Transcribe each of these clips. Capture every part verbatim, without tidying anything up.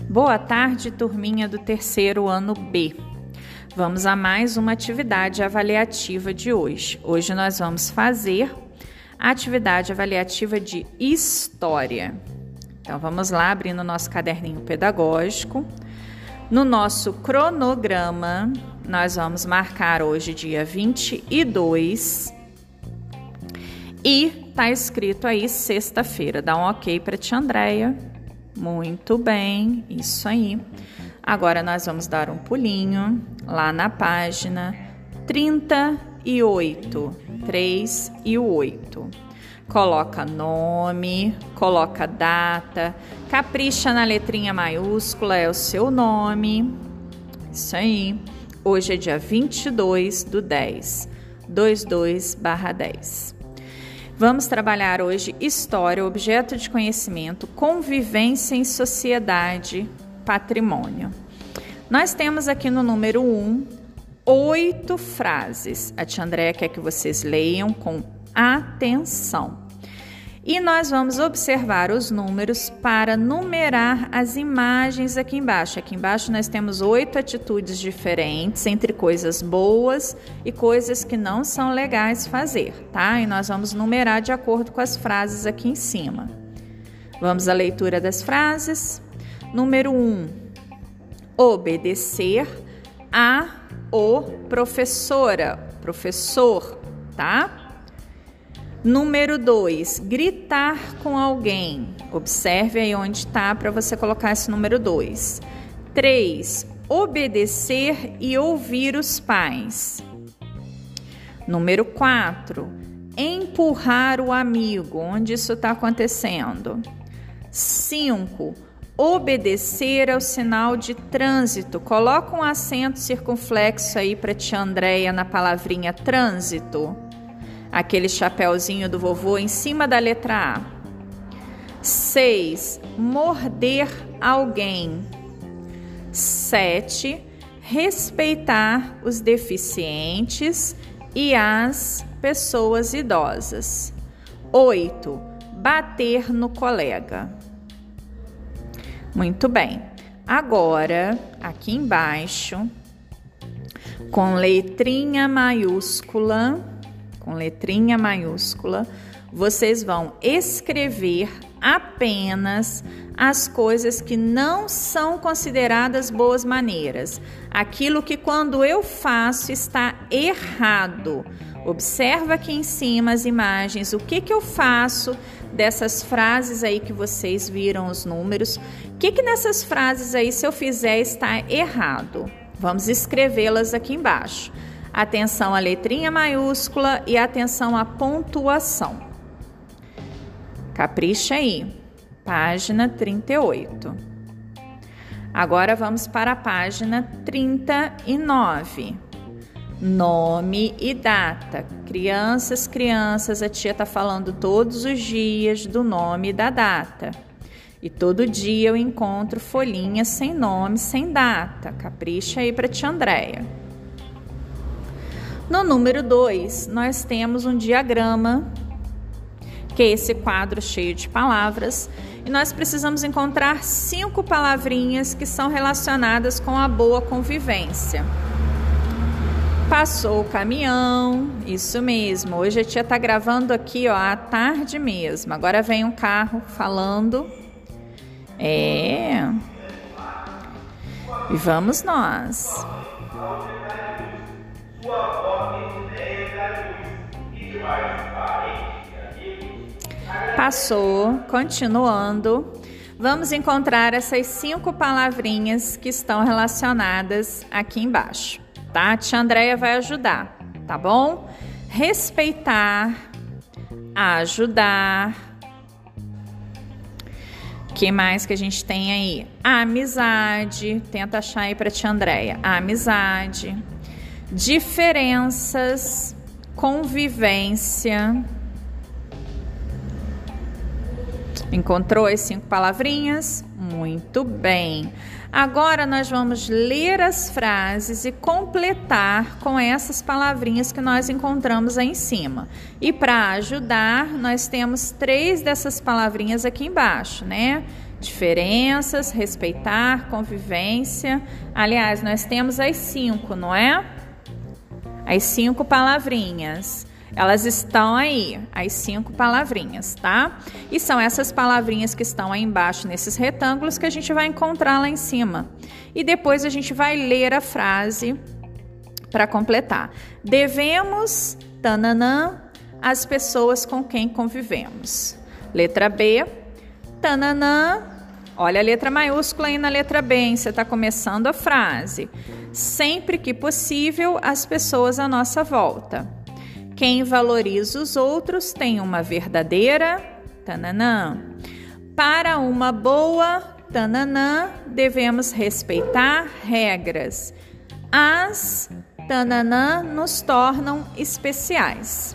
Boa tarde, turminha do terceiro ano B. Vamos a mais uma atividade avaliativa de hoje. Hoje nós vamos fazer a atividade avaliativa de História. Então vamos lá, abrindo o nosso caderninho pedagógico. No nosso cronograma, nós vamos marcar hoje dia vinte e dois e tá escrito aí sexta-feira. Dá um ok para tia Andréia. Muito bem, isso aí. Agora nós vamos dar um pulinho lá na página trinta e oito, três e o oito. Coloca nome, coloca data, capricha na letrinha maiúscula, é o seu nome. Isso aí. Hoje é dia vinte e dois do dez, vinte e dois barra dez. Vamos trabalhar hoje História, objeto de conhecimento, convivência em sociedade, patrimônio. Nós temos aqui no número um, oito frases. A tia Andréia quer que vocês leiam com atenção. E nós vamos observar os números para numerar as imagens aqui embaixo. Aqui embaixo nós temos oito atitudes diferentes entre coisas boas e coisas que não são legais fazer, tá? E nós vamos numerar de acordo com as frases aqui em cima. Vamos à leitura das frases. Número um, obedecer a o professora, professor, tá? Número dois, gritar com alguém. Observe aí onde está para você colocar esse número dois. três, obedecer e ouvir os pais. Número quatro, empurrar o amigo. Onde isso está acontecendo? cinco, obedecer ao sinal de trânsito. Coloca um acento circunflexo aí para tia Andréia na palavrinha trânsito. Aquele chapéuzinho do vovô em cima da letra A. seis. Morder alguém. sete. Respeitar os deficientes e as pessoas idosas. oito. Bater no colega. Muito bem. Agora, aqui embaixo, com letrinha maiúscula, com letrinha maiúscula, vocês vão escrever apenas as coisas que não são consideradas boas maneiras. Aquilo que quando eu faço está errado. Observa aqui em cima as imagens, o que que eu faço dessas frases aí que vocês viram os números. O que que nessas frases aí, se eu fizer, está errado? Vamos escrevê-las aqui embaixo. Atenção à letrinha maiúscula e atenção à pontuação. Capricha aí. Página trinta e oito. Agora vamos para a página trinta e nove. Nome e data. Crianças, crianças, a tia está falando todos os dias do nome e da data. E todo dia eu encontro folhinhas sem nome, sem data. Capricha aí para tia Andréia. No número dois, nós temos um diagrama, que é esse quadro cheio de palavras, e nós precisamos encontrar cinco palavrinhas que são relacionadas com a boa convivência. Passou o caminhão, isso mesmo, hoje a tia está gravando aqui, ó, à tarde mesmo, agora vem um carro falando, é, e vamos nós. Passou, continuando, vamos encontrar essas cinco palavrinhas que estão relacionadas aqui embaixo, tá? A tia Andréia vai ajudar, tá bom? Respeitar, ajudar. O que mais que a gente tem aí? Amizade, tenta achar aí para tia Andréia. Amizade. Diferenças, convivência. Encontrou as cinco palavrinhas? Muito bem. Agora nós vamos ler as frases e completar com essas palavrinhas que nós encontramos aí em cima. E para ajudar, nós temos três dessas palavrinhas aqui embaixo, né? Diferenças, respeitar, convivência. Aliás, nós temos as cinco, não é? As cinco palavrinhas. Elas estão aí, as cinco palavrinhas, tá? E são essas palavrinhas que estão aí embaixo nesses retângulos que a gente vai encontrar lá em cima. E depois a gente vai ler a frase para completar. Devemos, tananã, às pessoas com quem convivemos. Letra B, tananã, olha a letra maiúscula aí na letra B, hein? Você está começando a frase. Sempre que possível, as pessoas à nossa volta. Quem valoriza os outros tem uma verdadeira, tananã. Para uma boa, tananã, devemos respeitar regras. As, tananã, nos tornam especiais.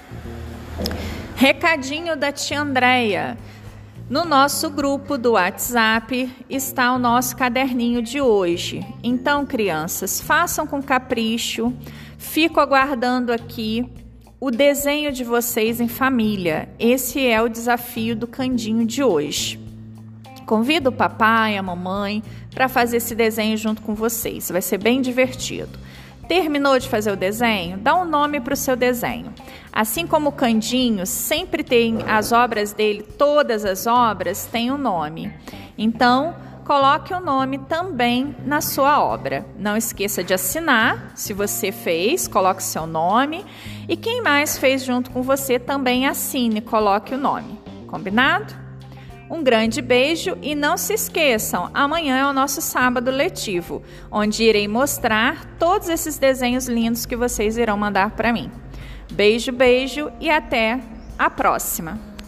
Recadinho da tia Andréia. No nosso grupo do WhatsApp está o nosso caderninho de hoje. Então, crianças, façam com capricho. Fico aguardando aqui o desenho de vocês em família. Esse é o desafio do Candinho de hoje. Convido o papai, a mamãe para fazer esse desenho junto com vocês. Vai ser bem divertido. Terminou de fazer o desenho? Dá um nome para o seu desenho. Assim como o Candinho sempre tem as obras dele, todas as obras têm um nome. Então, coloque o nome também na sua obra. Não esqueça de assinar, se você fez, coloque seu nome. E quem mais fez junto com você também assine, coloque o nome. Combinado? Um grande beijo e não se esqueçam, amanhã é o nosso sábado letivo, onde irei mostrar todos esses desenhos lindos que vocês irão mandar para mim. Beijo, beijo e até a próxima!